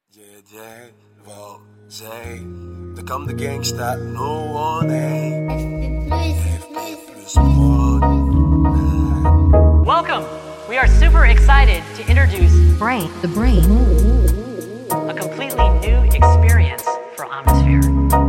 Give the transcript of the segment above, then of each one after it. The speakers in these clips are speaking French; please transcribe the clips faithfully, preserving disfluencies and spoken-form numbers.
J J, wel, zij, er kan de gangsta, no one, hey. F P plus one. Welcome! We are super excited to introduce Brain, the brain. a completely new experience for Omnisphere.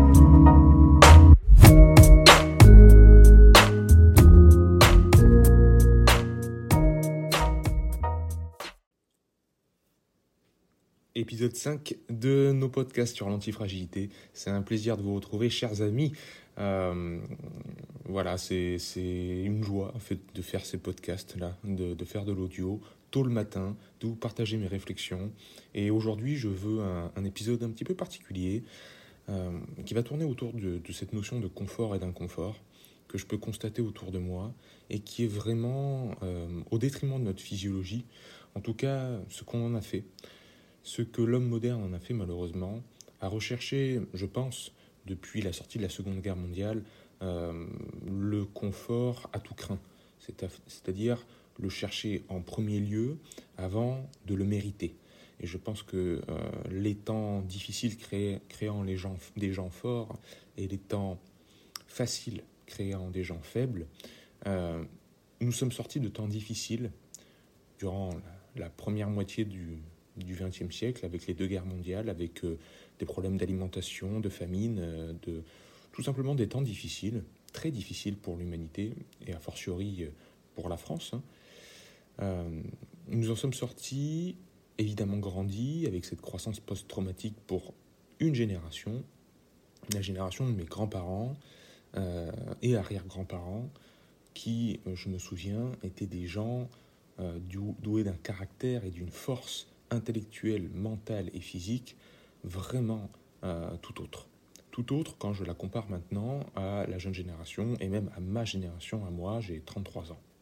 Épisode cinq de nos podcasts sur l'antifragilité. C'est un plaisir de vous retrouver, chers amis. Euh, voilà, c'est, c'est une joie en fait de faire ces podcasts-là, de, de faire de l'audio tôt le matin, de vous partager mes réflexions. Et aujourd'hui, je veux un, un épisode un petit peu particulier euh, qui va tourner autour de, de cette notion de confort et d'inconfort que je peux constater autour de moi et qui est vraiment euh, au détriment de notre physiologie, en tout cas ce qu'on en a fait. Ce que l'homme moderne en a fait malheureusement, a recherché, je pense, depuis la sortie de la Seconde Guerre mondiale, euh, le confort à tout crin. C'est à, c'est-à-dire le chercher en premier lieu avant de le mériter. Et je pense que euh, les temps difficiles créés, créant les gens, des gens forts et les temps faciles créant des gens faibles, euh, nous sommes sortis de temps difficiles durant la, la première moitié du du vingtième siècle, avec les deux guerres mondiales, avec euh, des problèmes d'alimentation, de famine, euh, de, tout simplement des temps difficiles, très difficiles pour l'humanité, et a fortiori euh, pour la France. Hein. Euh, nous en sommes sortis, évidemment grandis, avec cette croissance post-traumatique pour une génération, la génération de mes grands-parents euh, et arrière-grands-parents, qui, euh, je me souviens, étaient des gens euh, doués d'un caractère et d'une force intellectuelle, mentale et physique vraiment euh, tout autre. Tout autre quand je la compare maintenant à la jeune génération et même à ma génération, à moi, j'ai trente-trois ans.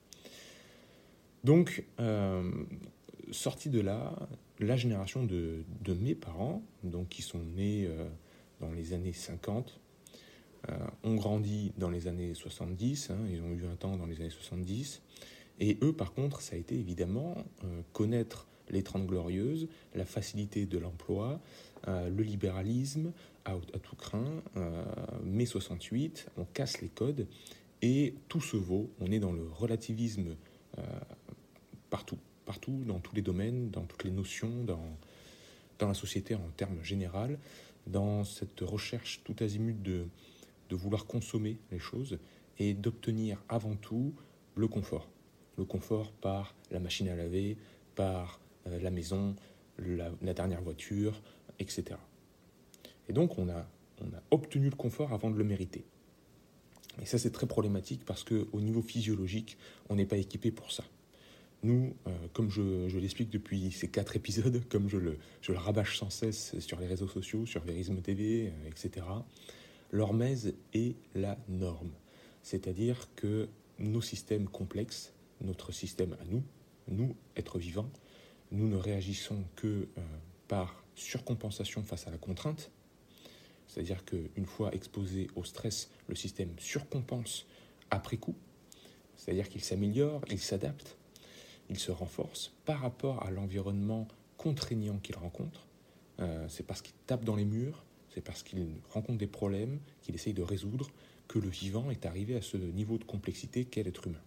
Donc, euh, sorti de là, la génération de, de mes parents, donc qui sont nés euh, dans les années cinquante, euh, ont grandi dans les années soixante-dix, hein, ils ont eu un temps dans les années soixante-dix, et eux, par contre, ça a été évidemment euh, connaître les Trente Glorieuses, la facilité de l'emploi, euh, le libéralisme à, à tout crin, euh, mai soixante-huit, on casse les codes et tout se vaut. On est dans le relativisme euh, partout, partout, dans tous les domaines, dans toutes les notions, dans, dans la société en termes généraux, dans cette recherche tout azimut de, de vouloir consommer les choses et d'obtenir avant tout le confort. Le confort par la machine à laver, par la maison, la, la dernière voiture, et cetera. Et donc, on a, on a obtenu le confort avant de le mériter. Et ça, c'est très problématique parce qu'au niveau physiologique, on n'est pas équipé pour ça. Nous, euh, comme je, je l'explique depuis ces quatre épisodes, comme je le, je le rabâche sans cesse sur les réseaux sociaux, sur Verisme T V, euh, et cetera, l'hormèse est la norme. C'est-à-dire que nos systèmes complexes, notre système à nous, nous, êtres vivants, nous ne réagissons que euh, par surcompensation face à la contrainte, c'est-à-dire qu'une fois exposé au stress, le système surcompense après coup, c'est-à-dire qu'il s'améliore, il s'adapte, il se renforce par rapport à l'environnement contraignant qu'il rencontre. Euh, c'est parce qu'il tape dans les murs, c'est parce qu'il rencontre des problèmes qu'il essaye de résoudre que le vivant est arrivé à ce niveau de complexité qu'est l'être humain.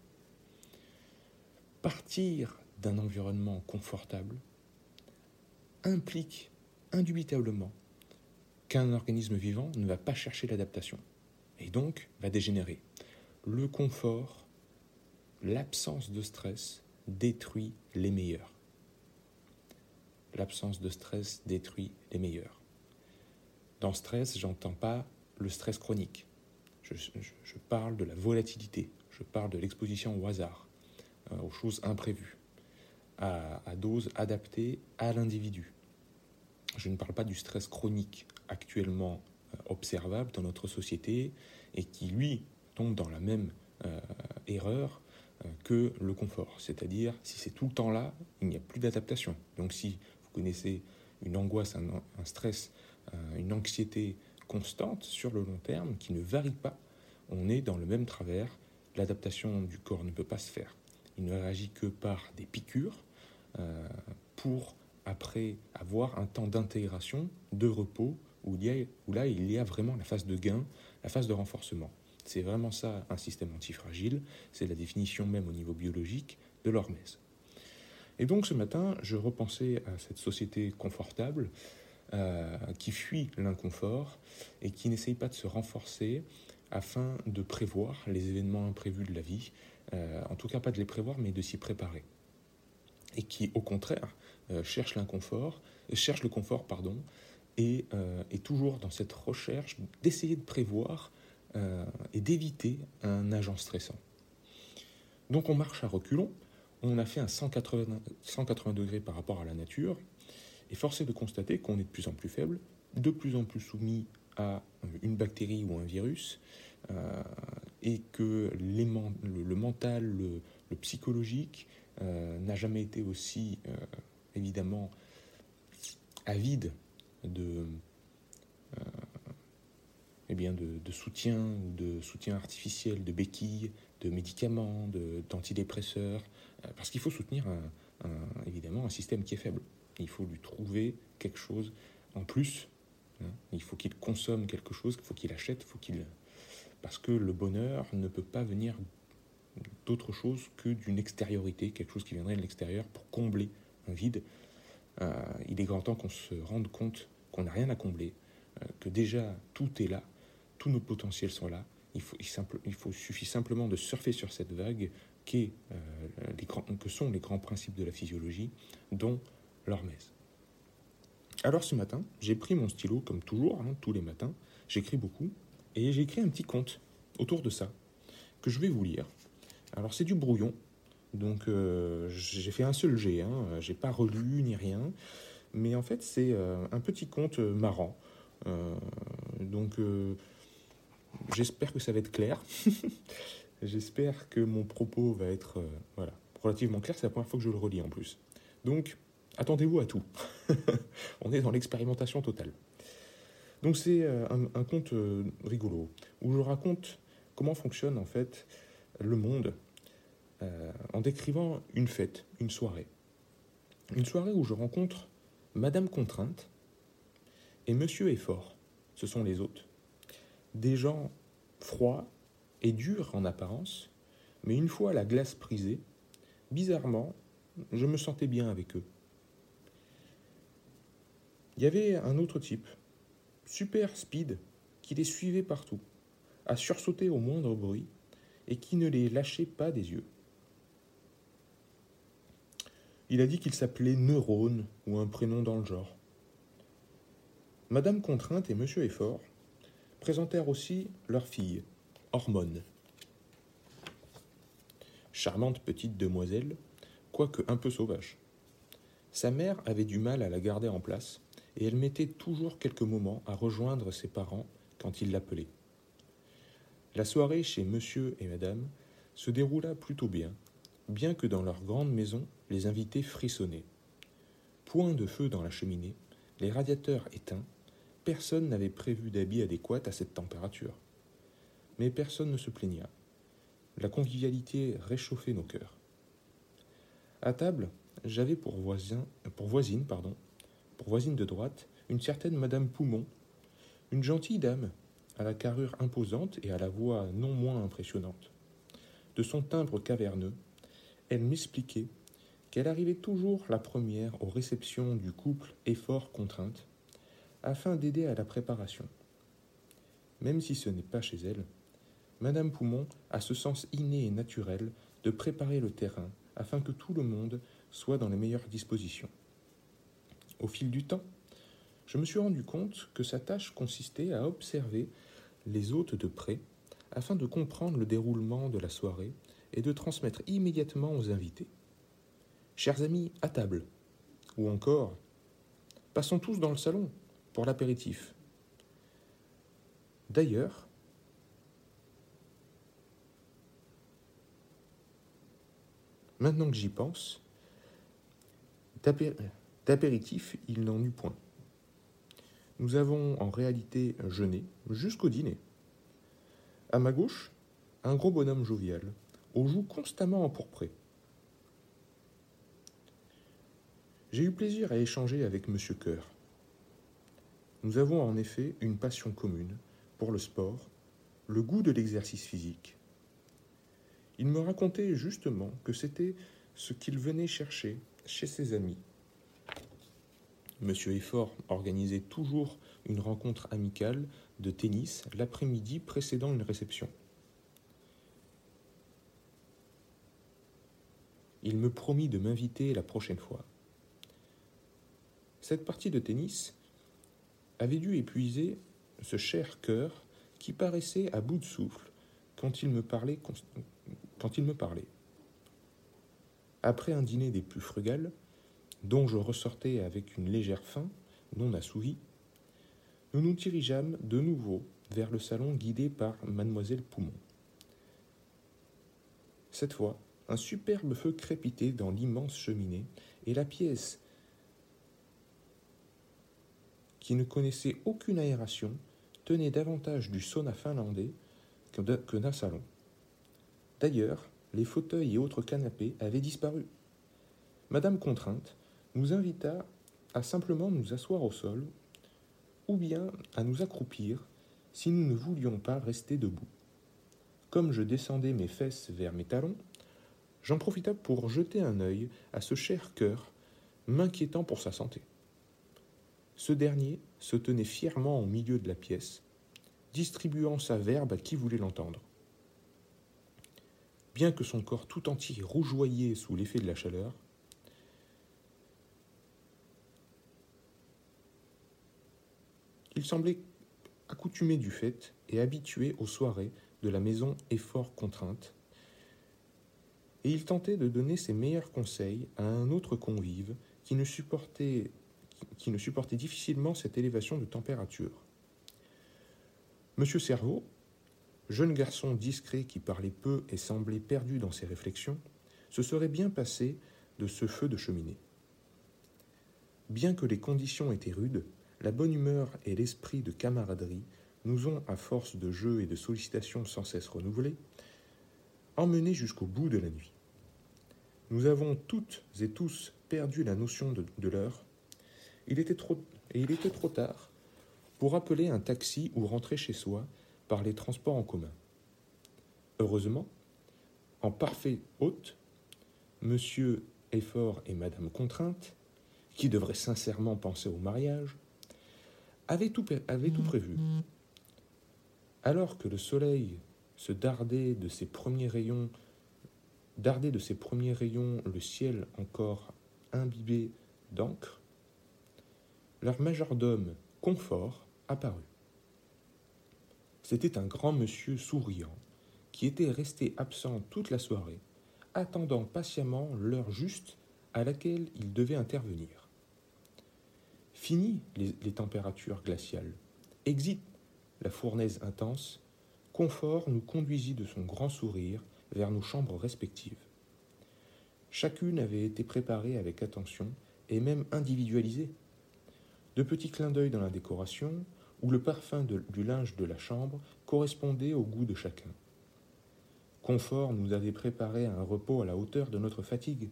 Partir d'un environnement confortable implique indubitablement qu'un organisme vivant ne va pas chercher l'adaptation et donc va dégénérer. Le confort, l'absence de stress détruit les meilleurs. L'absence de stress détruit les meilleurs. Dans stress, j'entends pas le stress chronique. Je, je, je parle de la volatilité, je parle de l'exposition au hasard, euh, aux choses imprévues. À, à dose adaptée à l'individu. Je ne parle pas du stress chronique actuellement euh, observable dans notre société et qui, lui, tombe dans la même euh, erreur euh, que le confort. C'est-à-dire, si c'est tout le temps là, il n'y a plus d'adaptation. Donc si vous connaissez une angoisse, un, un stress, euh, une anxiété constante sur le long terme qui ne varie pas, on est dans le même travers. L'adaptation du corps ne peut pas se faire. Il ne réagit que par des piqûres, Euh, pour après avoir un temps d'intégration, de repos, où, il y a, où là, il y a vraiment la phase de gain, la phase de renforcement. C'est vraiment ça, un système antifragile. C'est la définition même au niveau biologique de l'hormèse. Et donc, ce matin, je repensais à cette société confortable euh, qui fuit l'inconfort et qui n'essaye pas de se renforcer afin de prévoir les événements imprévus de la vie, euh, en tout cas pas de les prévoir, mais de s'y préparer. Et qui, au contraire, euh, cherche l'inconfort, euh, cherche le confort, pardon, et euh, est toujours dans cette recherche d'essayer de prévoir euh, et d'éviter un agent stressant. Donc on marche à reculons, on a fait un cent quatre-vingts degrés par rapport à la nature, et force est de constater qu'on est de plus en plus faible, de plus en plus soumis à une bactérie ou un virus, euh, et que les man- le, le mental, le, le psychologique euh, n'a jamais été aussi euh, évidemment avide de, euh, eh bien de, de soutien, de soutien artificiel, de béquilles, de médicaments, de, d'antidépresseurs, euh, parce qu'il faut soutenir un, un, évidemment un système qui est faible. Il faut lui trouver quelque chose en plus. Hein. Il faut qu'il consomme quelque chose, il faut qu'il achète, il faut qu'il... parce que le bonheur ne peut pas venir d'autre chose que d'une extériorité, quelque chose qui viendrait de l'extérieur pour combler un vide. Euh, il est grand temps qu'on se rende compte qu'on n'a rien à combler, euh, que déjà tout est là, tous nos potentiels sont là. Il faut, il simple, il faut, suffit simplement de surfer sur cette vague qu'est, euh, les grands, que sont les grands principes de la physiologie, dont l'hormèse. Alors ce matin, j'ai pris mon stylo, comme toujours, hein, tous les matins, j'écris beaucoup, et j'ai écrit un petit conte autour de ça, que je vais vous lire. Alors c'est du brouillon, donc euh, j'ai fait un seul jet, hein, j'ai pas relu ni rien, mais en fait c'est euh, un petit conte marrant, euh, donc euh, j'espère que ça va être clair, j'espère que mon propos va être euh, voilà, relativement clair, c'est la première fois que je le relis en plus. Donc attendez-vous à tout, on est dans l'expérimentation totale. Donc c'est euh, un, un conte euh, rigolo, où je raconte comment fonctionne en fait le monde euh, en décrivant une fête, une soirée. Une soirée où je rencontre Madame Contrainte et Monsieur Effort, ce sont les hôtes. Des gens froids et durs en apparence, mais une fois la glace brisée, bizarrement, je me sentais bien avec eux. Il y avait un autre type, super speed, qui les suivait partout, à sursauter au moindre bruit, et qui ne les lâchait pas des yeux. Il a dit qu'il s'appelait Neurone, ou un prénom dans le genre. Madame Contrainte et Monsieur Effort présentèrent aussi leur fille, Hormone. Charmante petite demoiselle, quoique un peu sauvage. Sa mère avait du mal à la garder en place, et elle mettait toujours quelques moments à rejoindre ses parents quand ils l'appelaient. La soirée chez Monsieur et Madame se déroula plutôt bien, bien que dans leur grande maison, les invités frissonnaient. Point de feu dans la cheminée, les radiateurs éteints, personne n'avait prévu d'habits adéquats à cette température. Mais personne ne se plaigna. La convivialité réchauffait nos cœurs. À table, j'avais pour, voisin, pour voisine, pardon, pour voisine de droite, une certaine Madame Poumon, une gentille dame, à la carrure imposante et à la voix non moins impressionnante. De son timbre caverneux, elle m'expliquait qu'elle arrivait toujours la première aux réceptions du couple Effort-Contrainte, afin d'aider à la préparation. Même si ce n'est pas chez elle, Madame Poumon a ce sens inné et naturel de préparer le terrain afin que tout le monde soit dans les meilleures dispositions. Au fil du temps, je me suis rendu compte que sa tâche consistait à observer les hôtes de près afin de comprendre le déroulement de la soirée et de transmettre immédiatement aux invités. Chers amis, à table. Ou encore, passons tous dans le salon pour l'apéritif. D'ailleurs, maintenant que j'y pense, d'apé- d'apéritif, il n'en eut point. Nous avons en réalité jeûné jusqu'au dîner. À ma gauche, un gros bonhomme jovial, aux joues constamment empourprées. J'ai eu plaisir à échanger avec M. Kerr. Nous avons en effet une passion commune pour le sport, le goût de l'exercice physique. Il me racontait justement que c'était ce qu'il venait chercher chez ses amis. M. Effort organisait toujours une rencontre amicale de tennis l'après-midi précédant une réception. Il me promit de m'inviter la prochaine fois. Cette partie de tennis avait dû épuiser ce cher cœur qui paraissait à bout de souffle quand il me parlait. Quand il me parlait. Après un dîner des plus frugales, dont je ressortais avec une légère faim non assouvie, nous nous dirigeâmes de nouveau vers le salon guidé par mademoiselle Poumon. Cette fois, un superbe feu crépitait dans l'immense cheminée et la pièce, qui ne connaissait aucune aération, tenait davantage du sauna finlandais que d'un salon. D'ailleurs, les fauteuils et autres canapés avaient disparu. Madame Contrainte nous invita à simplement nous asseoir au sol ou bien à nous accroupir si nous ne voulions pas rester debout. Comme je descendais mes fesses vers mes talons, j'en profita pour jeter un œil à ce cher cœur, m'inquiétant pour sa santé. Ce dernier se tenait fièrement au milieu de la pièce, distribuant sa verbe à qui voulait l'entendre. Bien que son corps tout entier rougeoyait sous l'effet de la chaleur, il semblait accoutumé du fait et habitué aux soirées de la maison Effort Contrainte, et il tentait de donner ses meilleurs conseils à un autre convive qui ne supportait, qui ne supportait difficilement cette élévation de température. Monsieur Cerveau, jeune garçon discret qui parlait peu et semblait perdu dans ses réflexions, se serait bien passé de ce feu de cheminée. Bien que les conditions étaient rudes, la bonne humeur et l'esprit de camaraderie nous ont, à force de jeux et de sollicitations sans cesse renouvelées, emmenés jusqu'au bout de la nuit. Nous avons toutes et tous perdu la notion de, de l'heure. Il était trop, et il était trop tard pour appeler un taxi ou rentrer chez soi par les transports en commun. Heureusement, en parfait hôte, Monsieur Effort et Madame Contrainte, qui devraient sincèrement penser au mariage, avaient tout, avaient tout prévu. Alors que le soleil se dardait de ses premiers rayons, dardait de ses premiers rayons le ciel encore imbibé d'encre, leur majordome Confort apparut. C'était un grand monsieur souriant qui était resté absent toute la soirée, attendant patiemment l'heure juste à laquelle il devait intervenir. Fini les, les températures glaciales, exit la fournaise intense, Confort nous conduisit de son grand sourire vers nos chambres respectives. Chacune avait été préparée avec attention et même individualisée. De petits clins d'œil dans la décoration, où le parfum de, du linge de la chambre correspondait au goût de chacun. Confort nous avait préparé un repos à la hauteur de notre fatigue.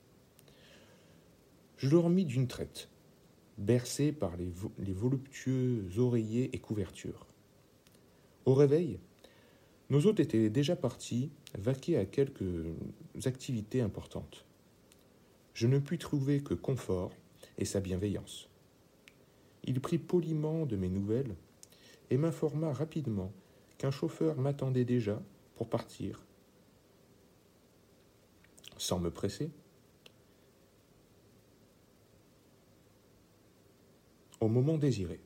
Je dormis d'une traite, bercé par les, vo- les voluptueux oreillers et couvertures. Au réveil, nos hôtes étaient déjà partis vaquer à quelques activités importantes. Je ne pus trouver que Confort et sa bienveillance. Il prit poliment de mes nouvelles et m'informa rapidement qu'un chauffeur m'attendait déjà pour partir. Sans me presser, au moment désiré.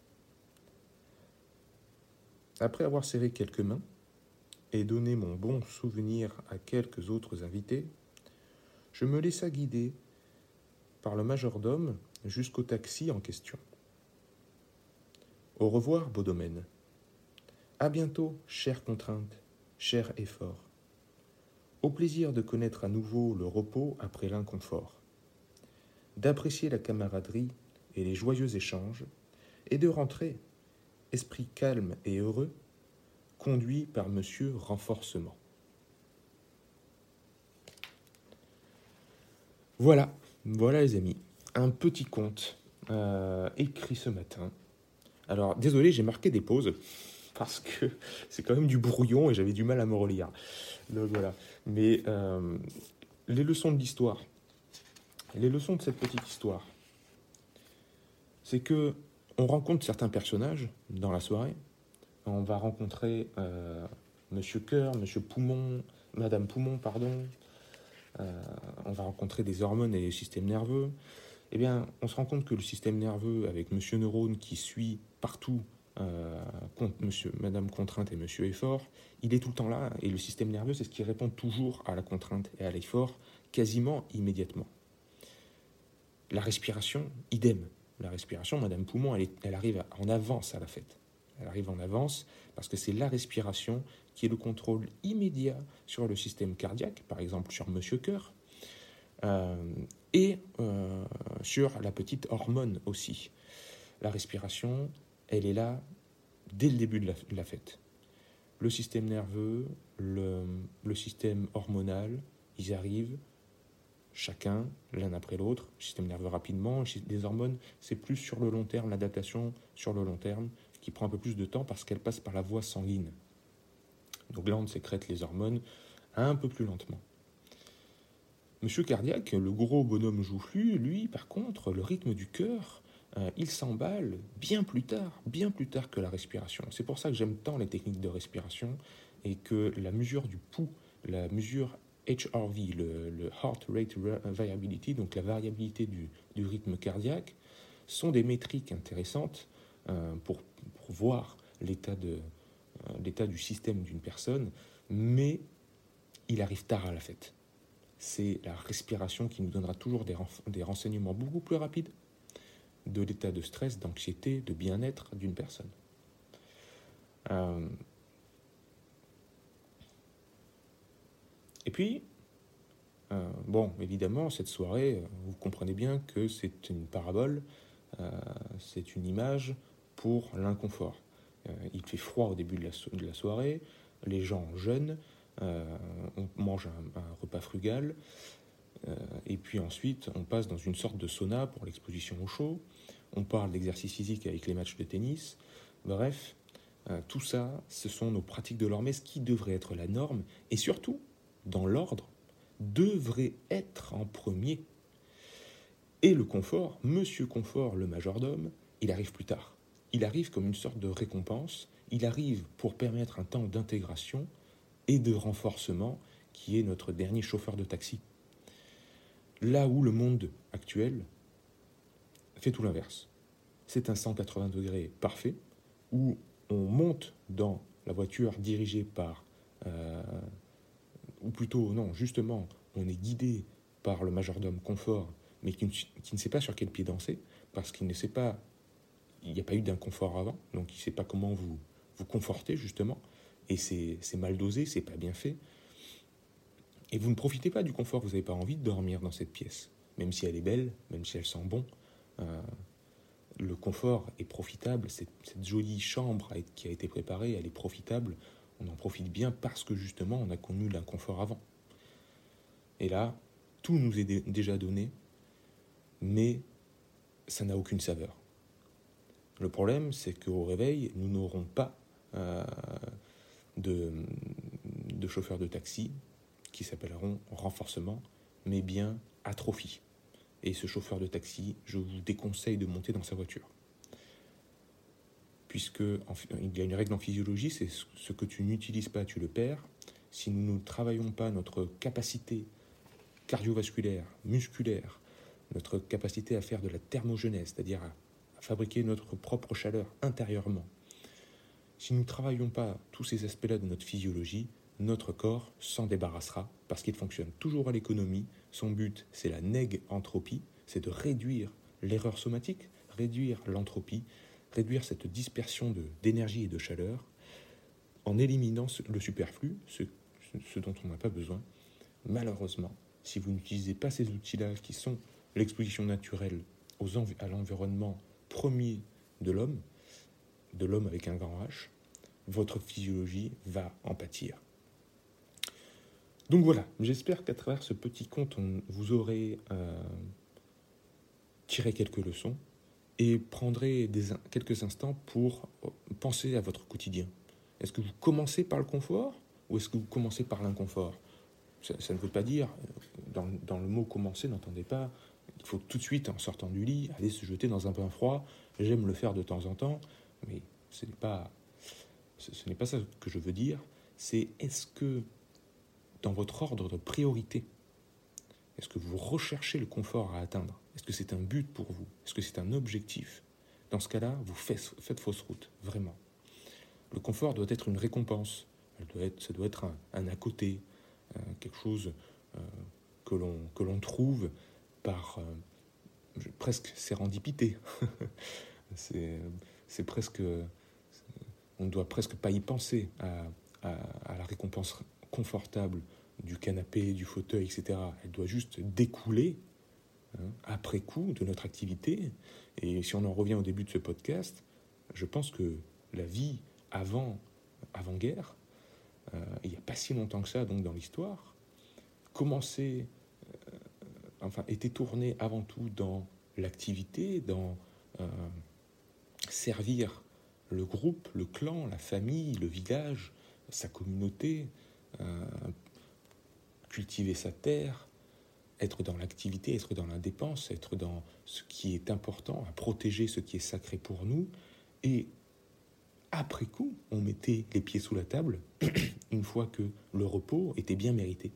Après avoir serré quelques mains et donné mon bon souvenir à quelques autres invités, je me laissa guider par le majordome jusqu'au taxi en question. Au revoir, beau domaine. À bientôt, chère Contrainte, cher Effort. Au plaisir de connaître à nouveau le repos après l'inconfort, d'apprécier la camaraderie et les joyeux échanges, et de rentrer, esprit calme et heureux, conduit par Monsieur Renforcement. Voilà, voilà les amis. un petit conte euh, écrit ce matin. Alors, désolé, j'ai marqué des pauses parce que c'est quand même du brouillon et j'avais du mal à me relire. Donc voilà. Mais euh, les leçons de l'histoire, les leçons de cette petite histoire, c'est que on rencontre certains personnages dans la soirée. On va rencontrer euh, Monsieur Cœur, Monsieur Poumon, Madame Poumon, pardon. Euh, on va rencontrer des hormones et des systèmes nerveux. Eh bien, on se rend compte que le système nerveux, avec Monsieur Neurone qui suit partout euh, Monsieur, Madame Contrainte et Monsieur Effort, il est tout le temps là. Et le système nerveux, c'est ce qui répond toujours à la contrainte et à l'effort, quasiment immédiatement. La respiration, idem. La respiration, Madame Poumon, elle, est, elle arrive en avance à la fête. Elle arrive en avance parce que c'est la respiration qui est le contrôle immédiat sur le système cardiaque, par exemple sur Monsieur Cœur, euh, et euh, sur la petite hormone aussi. La respiration, elle est là dès le début de la, de la fête. Le système nerveux, le, le système hormonal, ils arrivent chacun, l'un après l'autre, le système nerveux rapidement, les hormones, c'est plus sur le long terme, l'adaptation sur le long terme, qui prend un peu plus de temps parce qu'elle passe par la voie sanguine. Nos glandes sécrètent les hormones un peu plus lentement. Monsieur Cardiaque, le gros bonhomme joufflu, lui, par contre, le rythme du cœur, euh, il s'emballe bien plus tard, bien plus tard que la respiration. C'est pour ça que j'aime tant les techniques de respiration et que la mesure du pouls, la mesure H R V, le, le Heart Rate Variability, donc la variabilité du, du rythme cardiaque, sont des métriques intéressantes euh, pour, pour voir l'état, de, euh, l'état du système d'une personne, mais il arrive tard à la fête. C'est la respiration qui nous donnera toujours des, renf- des renseignements beaucoup plus rapides de l'état de stress, d'anxiété, de bien-être d'une personne. Euh, Et puis, euh, bon, évidemment, cette soirée, vous comprenez bien que c'est une parabole, euh, c'est une image pour l'inconfort. Euh, il fait froid au début de la, so- de la soirée, les gens jeûnent, euh, on mange un, un repas frugal, euh, et puis ensuite, on passe dans une sorte de sauna pour l'exposition au chaud, on parle d'exercice physique avec les matchs de tennis, bref, euh, tout ça, ce sont nos pratiques de l'hormèse qui devraient être la norme, et surtout, dans l'ordre, devrait être en premier. Et le confort, Monsieur Confort, le majordome, il arrive plus tard. Il arrive comme une sorte de récompense, il arrive pour permettre un temps d'intégration et de renforcement qui est notre dernier chauffeur de taxi. Là où le monde actuel fait tout l'inverse. C'est un cent quatre-vingts degrés parfait, où on monte dans la voiture dirigée par... Euh, ou plutôt, non, justement, on est guidé par le majordome confort, mais qui ne, qui ne sait pas sur quel pied danser, parce qu'il ne sait pas, il n'y a pas eu d'inconfort avant, donc il ne sait pas comment vous, vous conforter, justement, et c'est, c'est mal dosé, c'est pas bien fait, et vous ne profitez pas du confort, vous n'avez pas envie de dormir dans cette pièce, même si elle est belle, même si elle sent bon, euh, le confort est profitable, cette, cette jolie chambre qui a été préparée, elle est profitable, on en profite bien parce que justement on a connu l'inconfort avant. Et là, tout nous est dé- déjà donné, mais ça n'a aucune saveur. Le problème, c'est qu'au réveil, nous n'aurons pas euh, de, de chauffeurs de taxi qui s'appelleront renforcement, mais bien atrophie. Et ce chauffeur de taxi, je vous déconseille de monter dans sa voiture. Puisque il y a une règle en physiologie, c'est ce que tu n'utilises pas, tu le perds. Si nous ne travaillons pas notre capacité cardiovasculaire, musculaire, notre capacité à faire de la thermogenèse, c'est-à-dire à, à fabriquer notre propre chaleur intérieurement, si nous ne travaillons pas tous ces aspects-là de notre physiologie, notre corps s'en débarrassera parce qu'il fonctionne toujours à l'économie. Son but, c'est la neg-entropie, c'est de réduire l'erreur somatique, réduire l'entropie, réduire cette dispersion de, d'énergie et de chaleur en éliminant le superflu, ce, ce dont on n'a pas besoin. Malheureusement, si vous n'utilisez pas ces outils-là qui sont l'exposition naturelle aux env- à l'environnement premier de l'homme, de l'homme avec un grand H, votre physiologie va en pâtir. Donc voilà, j'espère qu'à travers ce petit conte, on, vous aurez euh, tirez quelques leçons et prendrez des, quelques instants pour penser à votre quotidien. Est-ce que vous commencez par le confort ou est-ce que vous commencez par l'inconfort ? ça, ça ne veut pas dire, dans, dans le mot « commencer », n'entendez pas, il faut tout de suite, en sortant du lit, aller se jeter dans un bain froid. J'aime le faire de temps en temps, mais ce n'est pas, ce, ce n'est pas ça que je veux dire. C'est est-ce que, dans votre ordre de priorité, est-ce que vous recherchez le confort à atteindre ? Est-ce que c'est un but pour vous ? Est-ce que c'est un objectif ? Dans ce cas-là, vous faites, faites fausse route, vraiment. Le confort doit être une récompense. Elle doit être, ça doit être un, un à côté, euh, quelque chose euh, que l'on, que l'on trouve par euh, presque sérendipité. c'est, c'est presque, on ne doit presque pas y penser à, à, à la récompense confortable du canapé, du fauteuil, et cetera. Elle doit juste découler hein, après coup de notre activité. Et si on en revient au début de ce podcast, je pense que la vie avant, avant-guerre, euh, il n'y a pas si longtemps que ça, donc dans l'histoire, commençait, euh, enfin, était tournée avant tout dans l'activité, dans euh, servir le groupe, le clan, la famille, le village, sa communauté, euh, cultiver sa terre, être dans l'activité, être dans la dépense, être dans ce qui est important, à protéger ce qui est sacré pour nous. Et après coup, on mettait les pieds sous la table, une fois que le repos était bien mérité.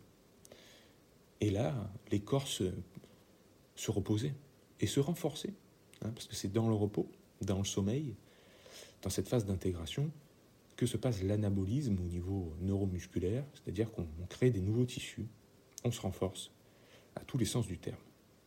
Et là, les corps se, se reposaient et se renforçaient, hein, parce que c'est dans le repos, dans le sommeil, dans cette phase d'intégration, que se passe l'anabolisme au niveau neuromusculaire, c'est-à-dire qu'on crée des nouveaux tissus, on se renforce à tous les sens du terme.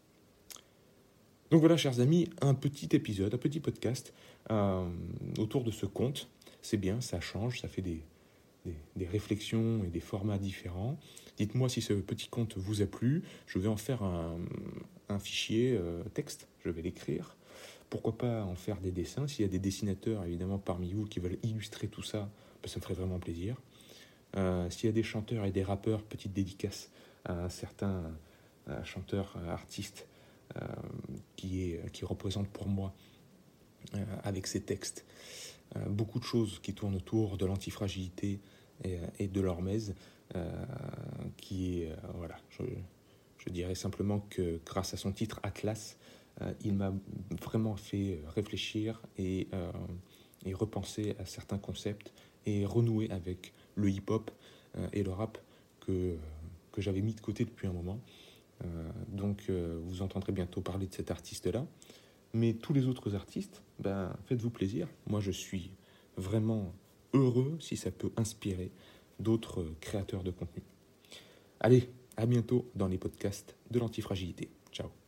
Donc voilà, chers amis, un petit épisode, un petit podcast euh, autour de ce conte. C'est bien, ça change, ça fait des, des, des réflexions et des formats différents. Dites-moi si ce petit conte vous a plu. Je vais en faire un, un fichier euh, texte, je vais l'écrire. Pourquoi pas en faire des dessins ? S'il y a des dessinateurs, évidemment, parmi vous qui veulent illustrer tout ça, ben, ça me ferait vraiment plaisir. Euh, s'il y a des chanteurs et des rappeurs, petite dédicace à certains euh, chanteurs, euh, artistes, euh, qui, est, qui représentent pour moi, euh, avec ces textes, euh, beaucoup de choses qui tournent autour de l'antifragilité et, et de l'hormèse, euh, qui est, euh, voilà, je, je dirais simplement que grâce à son titre Atlas, Euh, il m'a vraiment fait réfléchir et, euh, et repenser à certains concepts et renouer avec le hip-hop euh, et le rap que, que j'avais mis de côté depuis un moment. Euh, donc euh, vous entendrez bientôt parler de cet artiste-là. Mais tous les autres artistes, ben, faites-vous plaisir. Moi, je suis vraiment heureux si ça peut inspirer d'autres créateurs de contenu. Allez, à bientôt dans les podcasts de l'antifragilité. Ciao.